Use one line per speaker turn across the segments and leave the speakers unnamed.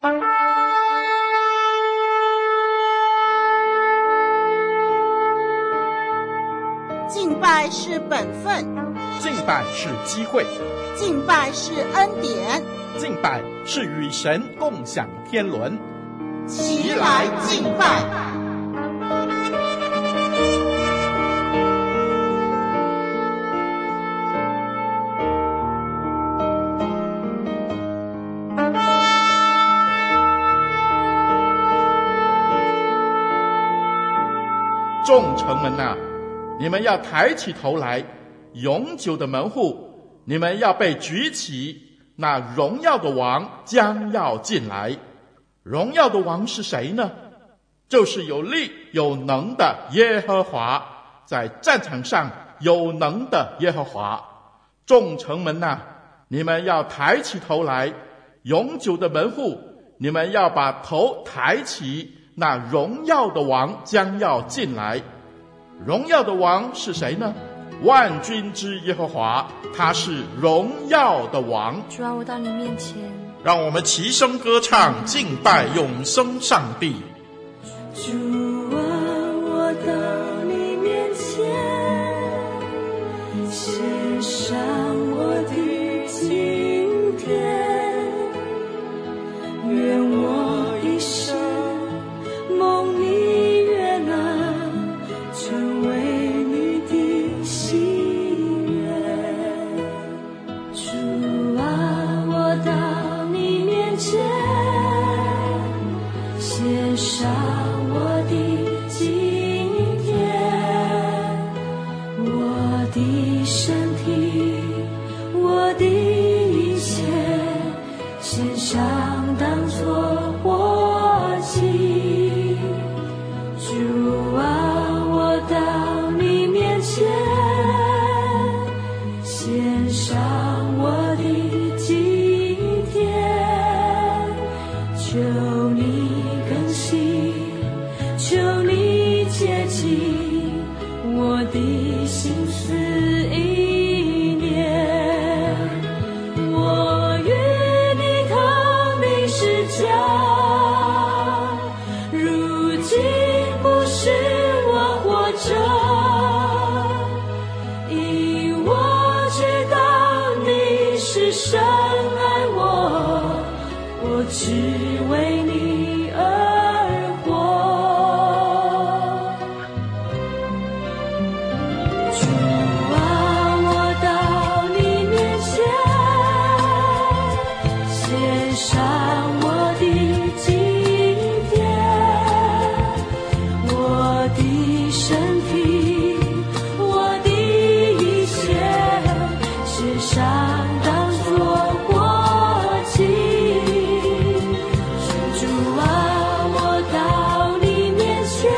敬拜是本分，
敬拜是机会，
敬拜是恩典，
敬拜是与神共享天伦。
齐来敬拜。
众城门啊，你们要抬起头来，永久的门户，你们要被举起，那荣耀的王将要进来。荣耀的王是谁呢？就是有力有能的耶和华，在战场上有能的耶和华。众城门啊，你们要抬起头来，永久的门户，你们要把头抬起，那荣耀的王将要进来。荣耀的王是谁呢？万军之耶和华，他是荣耀的王。
主啊，我到你面前，
让我们齐声歌唱，敬拜永生上帝。
主啊，我到你面前，献上我的今天，愿我一生蒙你悦纳，成为你的心愿。主啊，我到你面前，献上我的今天，我的身体，我的一切，献上当作活祭。主啊，我到你面前，献上我的今天，求你更新，求你接近我的心思意念。我与你同定十架，如今不是我活着，因我知道你是深爱我，我只为你而活。主啊，我到你面前，献上我的今天，我的身体，我的一切，献上当作活祭。主啊，我到你面前，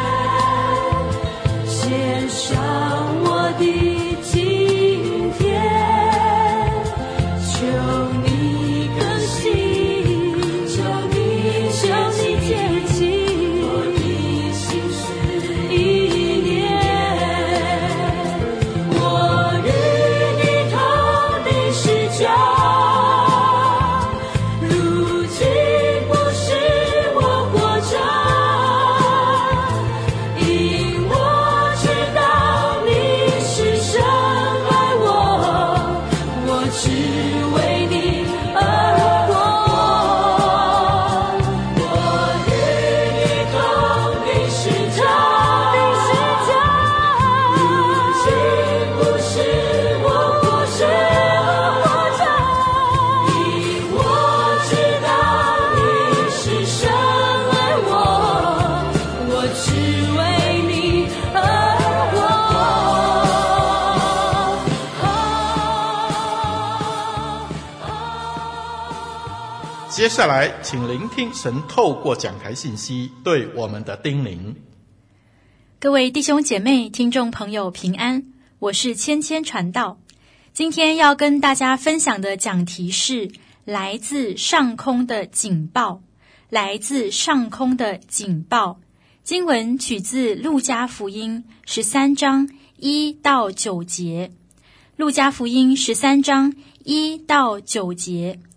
献上我的今天，求你更新，求你接近我的心思意念。我与你同定十架，如今不是我活着，因我知道你是深爱我，我只为你而活。我与你同定十架，如今不是我活着，因我知道你是深爱我，我只为你而活。
接下来请聆听神透过讲台信息对我们的叮咛。
各位弟兄姐妹、听众朋友平安，我是芊芊传道。今天要跟大家分享的讲题是来自上空的警报，来自上空的警报。经文取自路加福音13章1到9节。路加福音13章1到9节。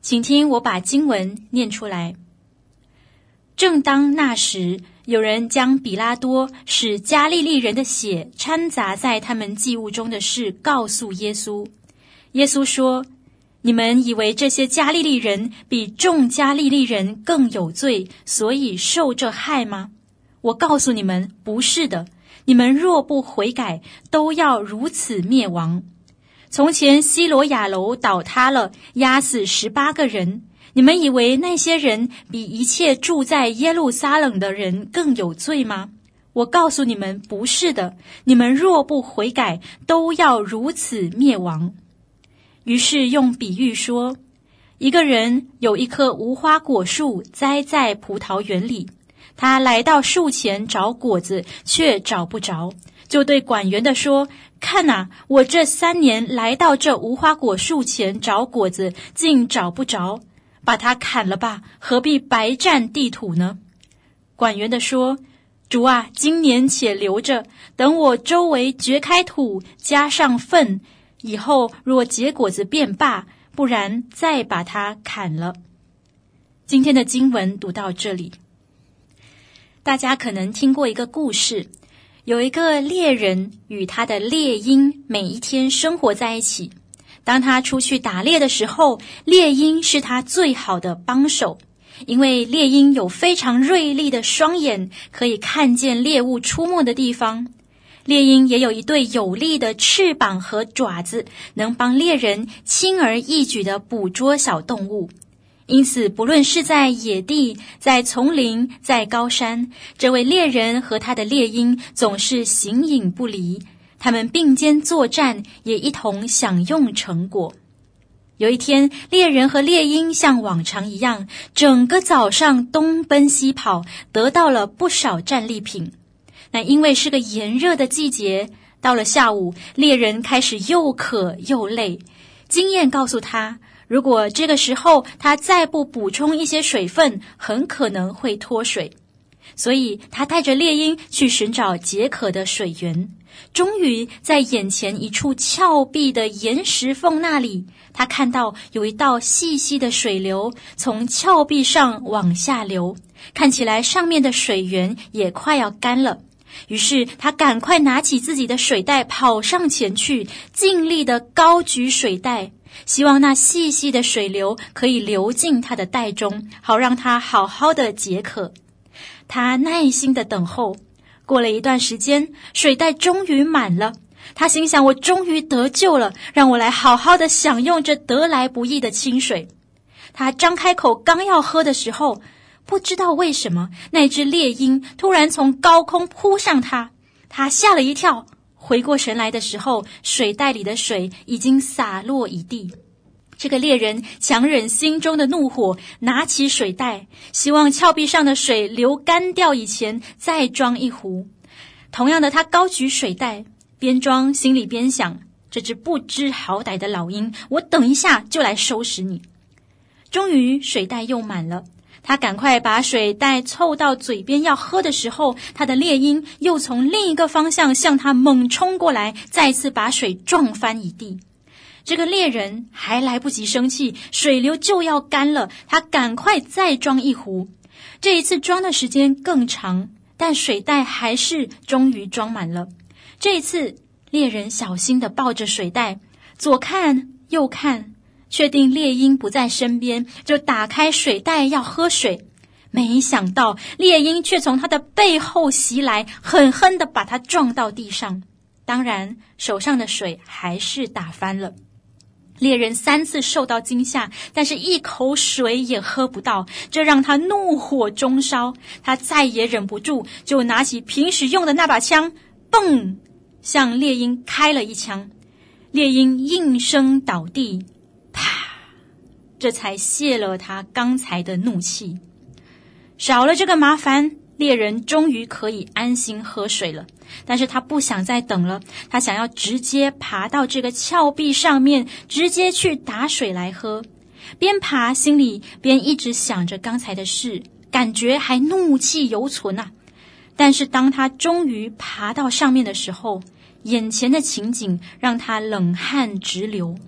请听我把经文念出来。正当那时，有人将比拉多使加利利人的血掺杂在他们祭物中的事告诉耶稣。耶稣说：你们以为这些加利利人比众加利利人更有罪，所以受这害吗？我告诉你们，不是的。你们若不悔改，都要如此灭亡。从前西罗亚楼倒塌了，压死18个人。你们以为那些人比一切住在耶路撒冷的人更有罪吗？我告诉你们，不是的。你们若不悔改，都要如此灭亡。于是用比喻说，一个人有一棵无花果树栽在葡萄园里，他来到树前找果子，却找不着，就对管园的说：看哪，我这3年来到这无花果树前找果子，竟找不着，把它砍了吧，何必白占地土呢？管园的说：主啊，今年且留着，等我周围掘开土，加上粪，以后若结果子便罢，不然再把它砍了。今天的经文读到这里，大家可能听过一个故事，有一个猎人与他的猎鹰每一天生活在一起。当他出去打猎的时候，猎鹰是他最好的帮手，因为猎鹰有非常锐利的双眼，可以看见猎物出没的地方。猎鹰也有一对有力的翅膀和爪子，能帮猎人轻而易举地捕捉小动物。因此，不论是在野地、在丛林、在高山，这位猎人和他的猎鹰总是形影不离。他们并肩作战，也一同享用成果。有一天，猎人和猎鹰像往常一样，整个早上东奔西跑，得到了不少战利品。那因为是个炎热的季节，到了下午，猎人开始又渴又累。经验告诉他，如果这个时候他再不补充一些水分，很可能会脱水。所以他带着猎鹰去寻找解渴的水源。终于在眼前一处峭壁的岩石缝那里，他看到有一道细细的水流从峭壁上往下流，看起来上面的水源也快要干了。于是他赶快拿起自己的水袋跑上前去，尽力地高举水袋，希望那细细的水流可以流进他的袋中，好让他好好的解渴。他耐心地等候，过了一段时间，水袋终于满了。他心想，我终于得救了，让我来好好的享用这得来不易的清水。他张开口刚要喝的时候，不知道为什么，那只猎鹰突然从高空扑向他，他吓了一跳，回过神来的时候，水袋里的水已经洒落一地。这个猎人强忍心中的怒火，拿起水袋，希望峭壁上的水流干掉以前再装一壶。同样的，他高举水袋，边装心里边想，这只不知好歹的老鹰，我等一下就来收拾你。终于水袋又满了，他赶快把水袋凑到嘴边要喝的时候，他的猎鹰又从另一个方向向他猛冲过来，再次把水撞翻一地。这个猎人还来不及生气，水流就要干了，他赶快再装一壶。这一次装的时间更长，但水袋还是终于装满了。这一次，猎人小心地抱着水袋，左看右看，确定猎鹰不在身边，就打开水袋要喝水。没想到猎鹰却从他的背后袭来，狠狠地把他撞到地上。当然，手上的水还是打翻了。猎人3次受到惊吓，但是一口水也喝不到，这让他怒火中烧。他再也忍不住，就拿起平时用的那把枪，嘣，向猎鹰开了一枪。猎鹰应声倒地，啪，这才泄了他刚才的怒气。少了这个麻烦，猎人终于可以安心喝水了。但是他不想再等了，他想要直接爬到这个峭壁上面，直接去打水来喝。边爬心里边一直想着刚才的事，感觉还怒气犹存啊。但是当他终于爬到上面的时候，眼前的情景让他冷汗直流。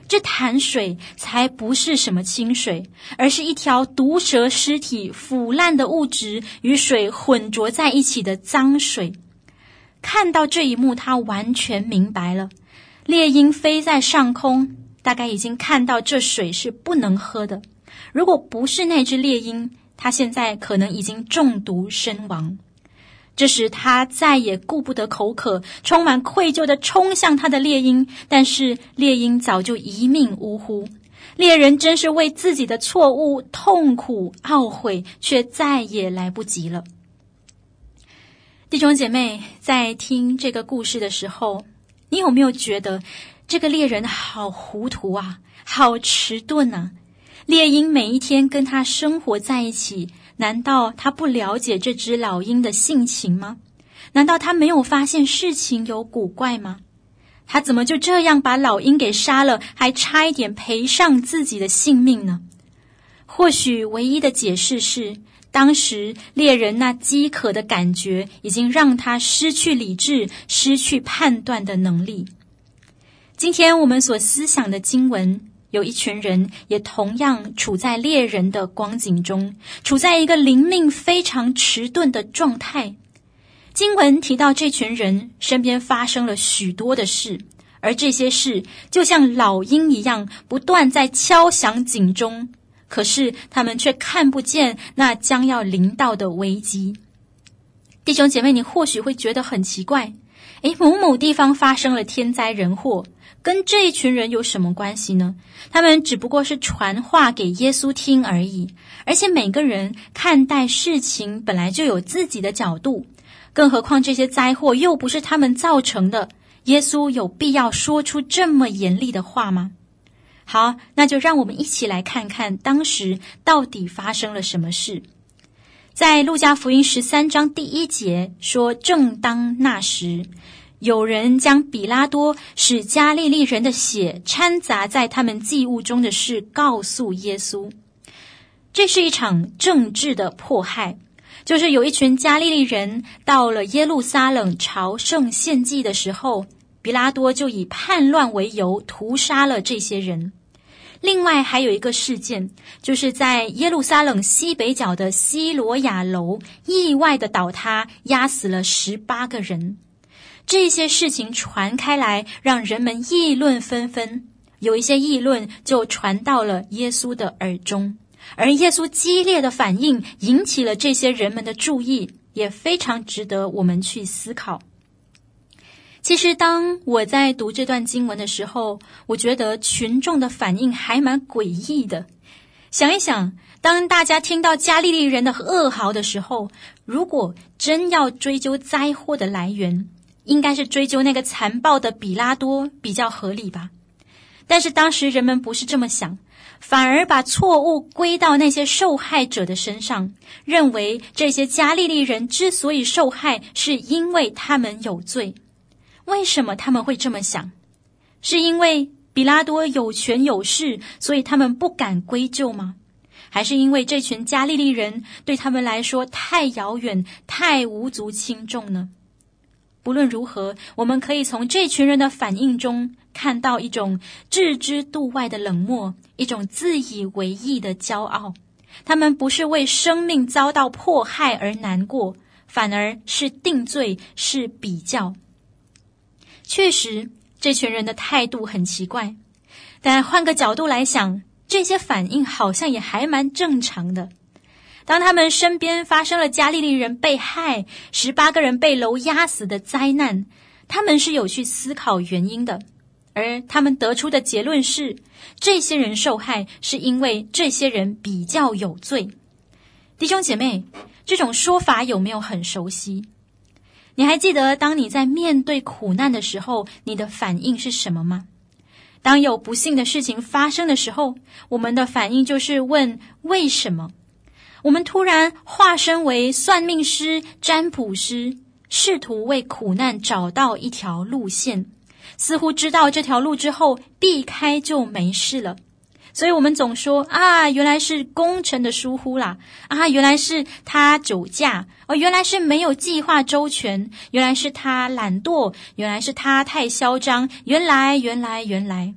这潭水才不是什么清水，而是一条毒蛇尸体腐烂的物质与水混浊在一起的脏水。看到这一幕，他完全明白了，猎鹰飞在上空，大概已经看到这水是不能喝的。如果不是那只猎鹰，他现在可能已经中毒身亡。这时他再也顾不得口渴，充满愧疚地冲向他的猎鹰，但是猎鹰早就一命呜呼。猎人真是为自己的错误痛苦懊悔，却再也来不及了。弟兄姐妹，在听这个故事的时候，你有没有觉得这个猎人好糊涂啊，好迟钝啊？猎鹰每一天跟他生活在一起，难道他不了解这只老鹰的性情吗？难道他没有发现事情有古怪吗？他怎么就这样把老鹰给杀了，还差一点赔上自己的性命呢？或许唯一的解释是，当时猎人那饥渴的感觉已经让他失去理智，失去判断的能力。今天我们所思想的经文，有一群人也同样处在猎人的光景中，处在一个灵命非常迟钝的状态。经文提到这群人身边发生了许多的事，而这些事就像老鹰一样不断在敲响警钟，可是他们却看不见那将要临到的危机。弟兄姐妹，你或许会觉得很奇怪，某某地方发生了天灾人祸，跟这一群人有什么关系呢？他们只不过是传话给耶稣听而已，而且每个人看待事情本来就有自己的角度，更何况这些灾祸又不是他们造成的，耶稣有必要说出这么严厉的话吗？好，那就让我们一起来看看当时到底发生了什么事。在路加福音13章第1节说，正当那时，有人将比拉多使加利利人的血掺杂在他们祭物中的事告诉耶稣。这是一场政治的迫害，就是有一群加利利人到了耶路撒冷朝圣献祭的时候，比拉多就以叛乱为由屠杀了这些人。另外还有一个事件，就是在耶路撒冷西北角的西罗亚楼意外的倒塌，压死了18个人。这些事情传开来，让人们议论纷纷，有一些议论就传到了耶稣的耳中，而耶稣激烈的反应引起了这些人们的注意，也非常值得我们去思考。其实当我在读这段经文的时候，我觉得群众的反应还蛮诡异的。想一想，当大家听到加利利人的噩耗的时候，如果真要追究灾祸的来源，应该是追究那个残暴的比拉多比较合理吧。但是当时人们不是这么想，反而把错误归到那些受害者的身上，认为这些加利利人之所以受害，是因为他们有罪。为什么他们会这么想？是因为比拉多有权有势，所以他们不敢归咎吗？还是因为这群加利利人对他们来说太遥远，太无足轻重呢？不论如何，我们可以从这群人的反应中看到一种置之度外的冷漠，一种自以为意的骄傲。他们不是为生命遭到迫害而难过，反而是定罪，是比较。确实，这群人的态度很奇怪，但换个角度来想，这些反应好像也还蛮正常的。当他们身边发生了加利利人被害，18个人被楼压死的灾难，他们是有去思考原因的，而他们得出的结论是，这些人受害是因为这些人比较有罪。弟兄姐妹，这种说法有没有很熟悉？你还记得当你在面对苦难的时候，你的反应是什么吗？当有不幸的事情发生的时候，我们的反应就是问为什么？我们突然化身为算命师、占卜师，试图为苦难找到一条路线，似乎知道这条路之后避开就没事了。所以我们总说原来是工程的疏忽啦，原来是他酒驾，原来是没有计划周全，原来是他懒惰，原来是他太嚣张，原来。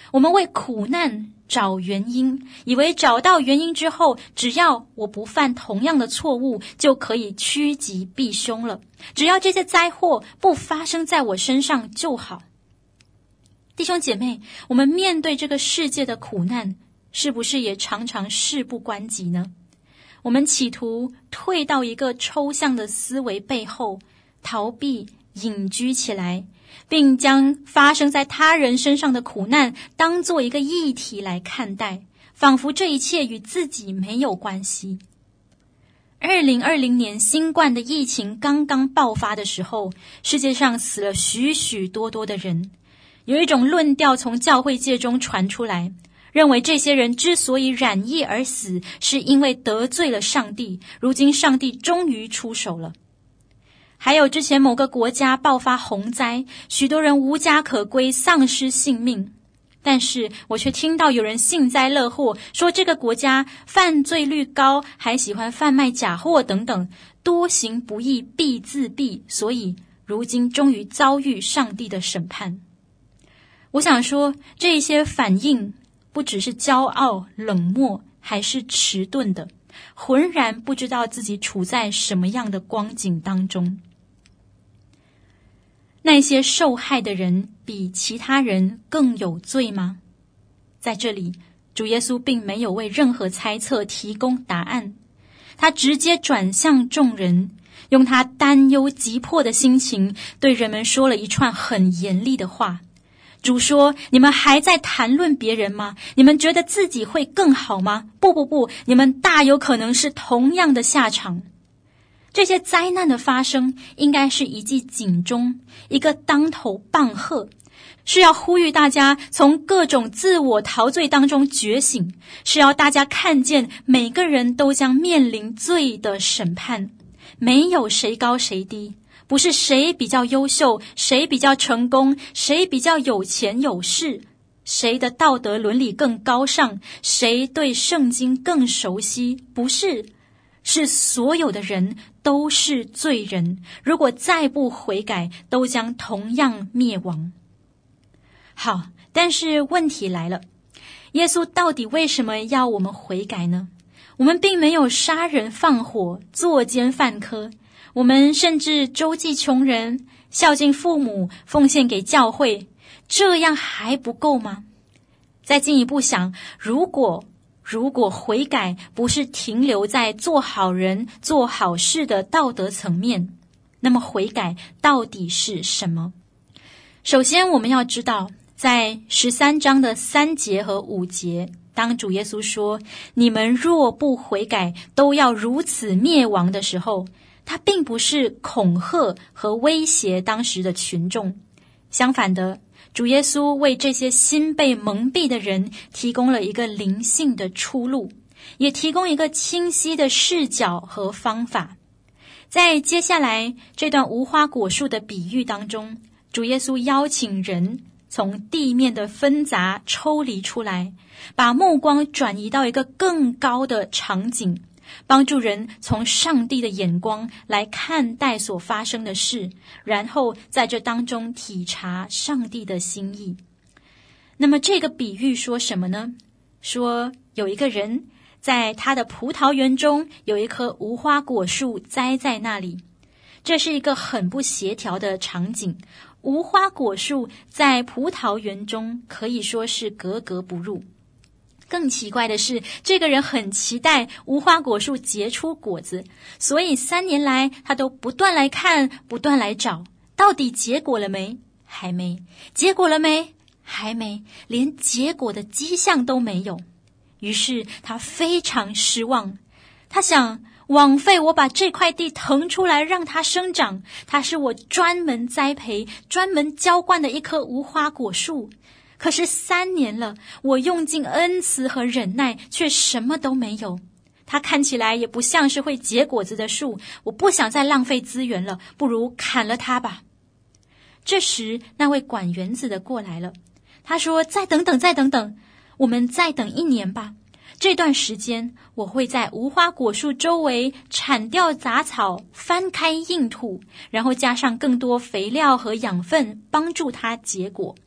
我们为苦难找原因，以为找到原因之后，只要我不犯同样的错误，就可以趋吉避凶了。只要这些灾祸不发生在我身上就好。弟兄姐妹，我们面对这个世界的苦难，是不是也常常事不关己呢？我们企图退到一个抽象的思维背后，逃避、隐居起来，并将发生在他人身上的苦难当作一个议题来看待，仿佛这一切与自己没有关系。2020年新冠的疫情刚刚爆发的时候，世界上死了许许多多的人。有一种论调从教会界中传出来，认为这些人之所以染疫而死，是因为得罪了上帝，如今上帝终于出手了。还有之前某个国家爆发洪灾，许多人无家可归，丧失性命。但是我却听到有人幸灾乐祸，说这个国家犯罪率高，还喜欢贩卖假货等等，多行不义必自毙，所以如今终于遭遇上帝的审判。我想说，这些反应不只是骄傲、冷漠，还是迟钝的，浑然不知道自己处在什么样的光景当中。那些受害的人比其他人更有罪吗？在这里，主耶稣并没有为任何猜测提供答案，他直接转向众人，用他担忧急迫的心情对人们说了一串很严厉的话。主说，你们还在谈论别人吗？你们觉得自己会更好吗？不，你们大有可能是同样的下场。这些灾难的发生应该是一记警钟，一个当头棒喝，是要呼吁大家从各种自我陶醉当中觉醒，是要大家看见每个人都将面临罪的审判，没有谁高谁低，不是谁比较优秀，谁比较成功，谁比较有钱有势，谁的道德伦理更高尚，谁对圣经更熟悉，不是，是所有的人都是罪人，如果再不悔改，都将同样灭亡。好，但是问题来了，耶稣到底为什么要我们悔改呢？我们并没有杀人放火、作奸犯科，我们甚至周济穷人、孝敬父母、奉献给教会，这样还不够吗？再进一步想，如果悔改不是停留在做好人、做好事的道德层面，那么悔改到底是什么？首先我们要知道，在13章的3节和5节，当主耶稣说你们若不悔改都要如此灭亡的时候，他并不是恐吓和威胁当时的群众，相反的，主耶稣为这些心被蒙蔽的人提供了一个灵性的出路，也提供一个清晰的视角和方法。在接下来这段无花果树的比喻当中，主耶稣邀请人从地面的纷杂抽离出来，把目光转移到一个更高的场景，帮助人从上帝的眼光来看待所发生的事，然后在这当中体察上帝的心意。那么这个比喻说什么呢？说有一个人在他的葡萄园中有一棵无花果树栽在那里，这是一个很不协调的场景。无花果树在葡萄园中可以说是格格不入。更奇怪的是，这个人很期待无花果树结出果子，所以3年来他都不断来看，不断来找，到底结果了没？还没。结果了没？还没。连结果的迹象都没有。于是他非常失望，他想，枉费我把这块地腾出来让它生长，它是我专门栽培、专门浇灌的一棵无花果树。可是3年了，我用尽恩慈和忍耐，却什么都没有。它看起来也不像是会结果子的树，我不想再浪费资源了，不如砍了它吧。这时，那位管园子的过来了，他说：再等等，我们再等1年吧。这段时间，我会在无花果树周围铲掉杂草，翻开硬土，然后加上更多肥料和养分，帮助它结果。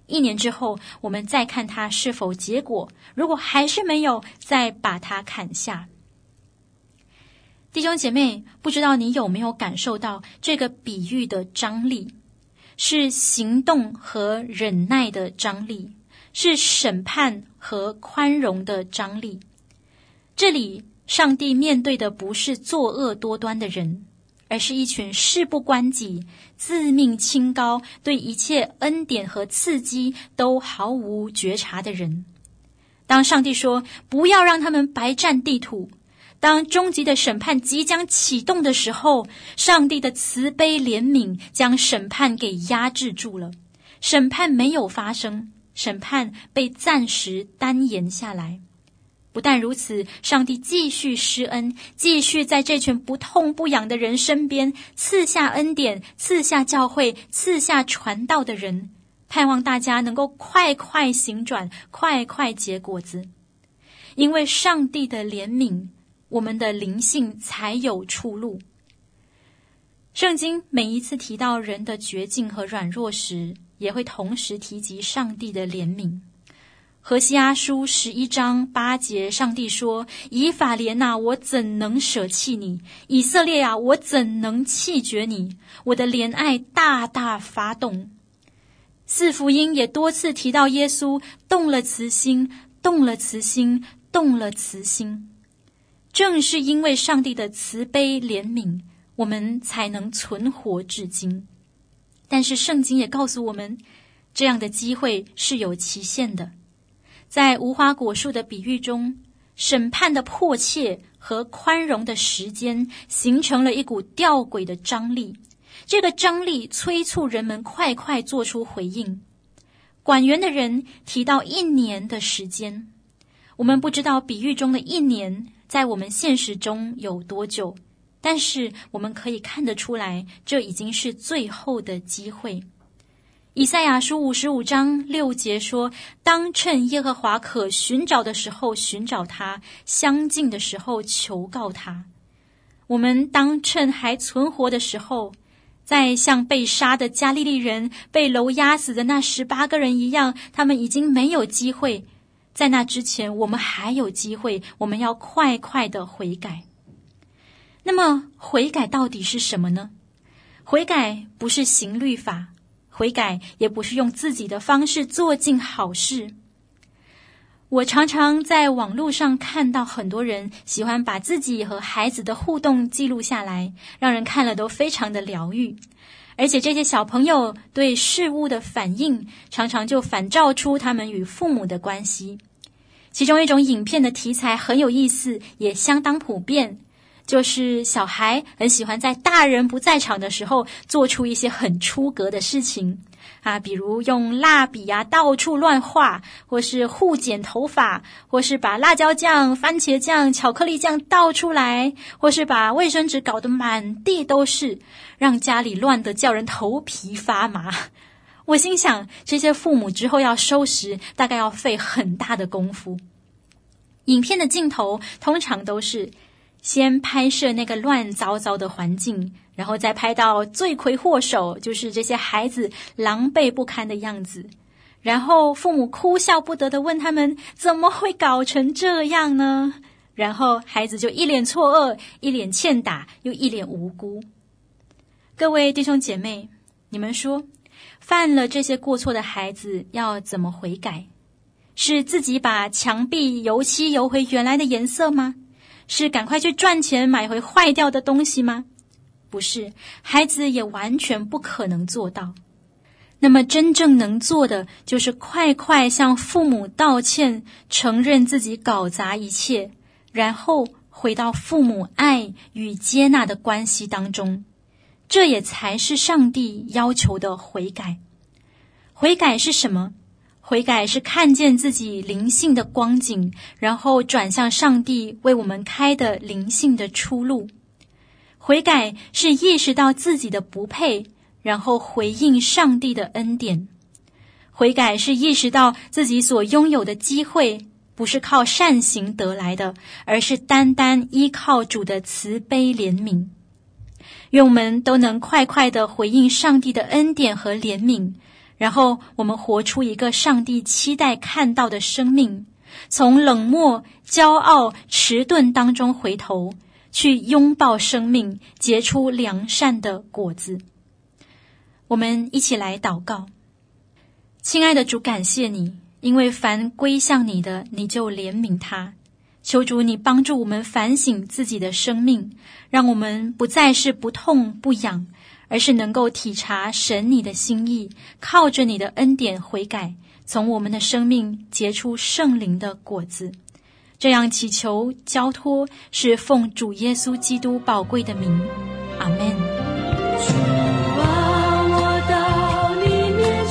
1年之后，我们再看它是否结果，如果还是没有，再把它砍下。弟兄姐妹，不知道你有没有感受到这个比喻的张力，是行动和忍耐的张力，是审判和宽容的张力。这里上帝面对的不是作恶多端的人，而是一群事不关己、自命清高、对一切恩典和刺激都毫无觉察的人。当上帝说不要让他们白占地土，当终极的审判即将启动的时候，上帝的慈悲怜悯将审判给压制住了。审判没有发生，审判被暂时单延下来。不但如此，上帝继续施恩，继续在这群不痛不痒的人身边赐下恩典，赐下教会，赐下传道的人，盼望大家能够快快行转，快快结果子。因为上帝的怜悯，我们的灵性才有出路。圣经每一次提到人的绝境和软弱时，也会同时提及上帝的怜悯。何西阿书11章8节，上帝说：以法莲啊，我怎能舍弃你？以色列啊，我怎能弃绝你？我的怜爱大大发动。四福音也多次提到耶稣动了慈心，动了慈心，动了慈心。正是因为上帝的慈悲怜悯，我们才能存活至今。但是圣经也告诉我们，这样的机会是有期限的。在无花果树的比喻中，审判的迫切和宽容的时间形成了一股吊诡的张力，这个张力催促人们快快做出回应。管园的人提到1年的时间，我们不知道比喻中的1年在我们现实中有多久，但是我们可以看得出来，这已经是最后的机会。以赛亚书55章6节说：当趁耶和华可寻找的时候寻找他，相近的时候求告他。我们当趁还存活的时候，在像被杀的加利利人、被楼压死的那18个人一样，他们已经没有机会。在那之前，我们还有机会，我们要快快的悔改。那么悔改到底是什么呢？悔改不是行律法，悔改也不是用自己的方式做尽好事。我常常在网络上看到很多人喜欢把自己和孩子的互动记录下来，让人看了都非常的疗愈。而且这些小朋友对事物的反应，常常就反照出他们与父母的关系。其中一种影片的题材很有意思，也相当普遍，就是小孩很喜欢在大人不在场的时候做出一些很出格的事情比如用蜡笔到处乱画，或是互剪头发，或是把辣椒酱、番茄酱、巧克力酱倒出来，或是把卫生纸搞得满地都是，让家里乱得叫人头皮发麻。我心想，这些父母之后要收拾，大概要费很大的功夫。影片的镜头通常都是先拍摄那个乱糟糟的环境，然后再拍到罪魁祸首，就是这些孩子狼狈不堪的样子，然后父母哭笑不得地问他们怎么会搞成这样呢？然后孩子就一脸错愕，一脸欠打，又一脸无辜。各位弟兄姐妹，你们说犯了这些过错的孩子要怎么悔改？是自己把墙壁油漆油回原来的颜色吗？是赶快去赚钱买回坏掉的东西吗？不是，孩子也完全不可能做到。那么真正能做的，就是快快向父母道歉，承认自己搞砸一切，然后回到父母爱与接纳的关系当中。这也才是上帝要求的悔改。悔改是什么？悔改是看见自己灵性的光景，然后转向上帝为我们开的灵性的出路。悔改是意识到自己的不配，然后回应上帝的恩典。悔改是意识到自己所拥有的机会不是靠善行得来的，而是单单依靠主的慈悲怜悯。愿我们都能快快地回应上帝的恩典和怜悯， 然后我们活出一个上帝期待看到的生命，从冷漠、骄傲、迟钝当中回头，去拥抱生命，结出良善的果子。我们一起来祷告。亲爱的主，感谢你，因为凡归向你的，你就怜悯他。求主你帮助我们反省自己的生命，让我们不再是不痛不痒，而是能够体察神你的心意，靠着你的恩典悔改，从我们的生命结出圣灵的果子。这样祈求交托，是奉主耶稣基督宝贵的名。阿们。
主啊，我到你面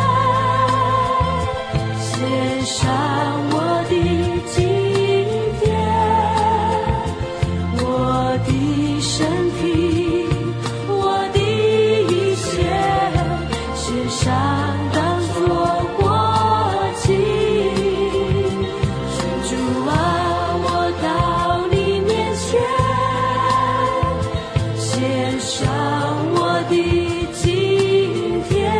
前，献上我的敬典，我的身体，我的一切，献上当作活祭。主啊，我到你面前，献上我的敬典，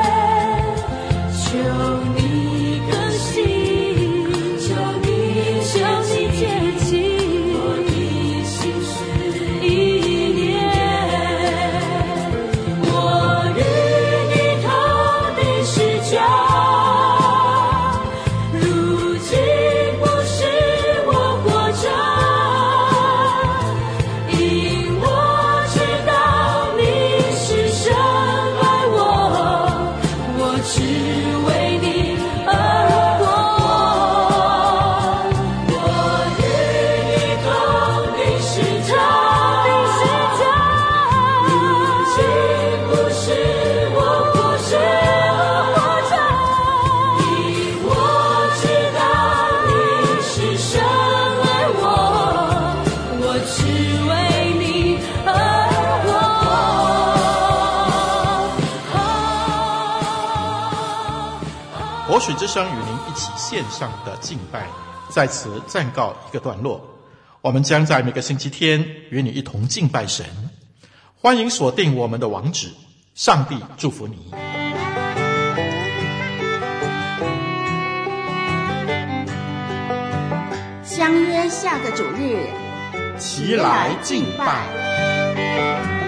求你更新，求你洁净我的心思意念。我与你同定是家，如今不是我活着，因我知道你是深爱我，我只为你而活。我与你同定是家，如今不是我活着，因我知道你是深爱我，我只为你而活。
活水之声与您一起线上的敬拜，在此暂告一个段落。我们将在每个星期天与你一同敬拜神，欢迎锁定我们的网址。上帝祝福你。
相约下个主日，
齐来敬拜。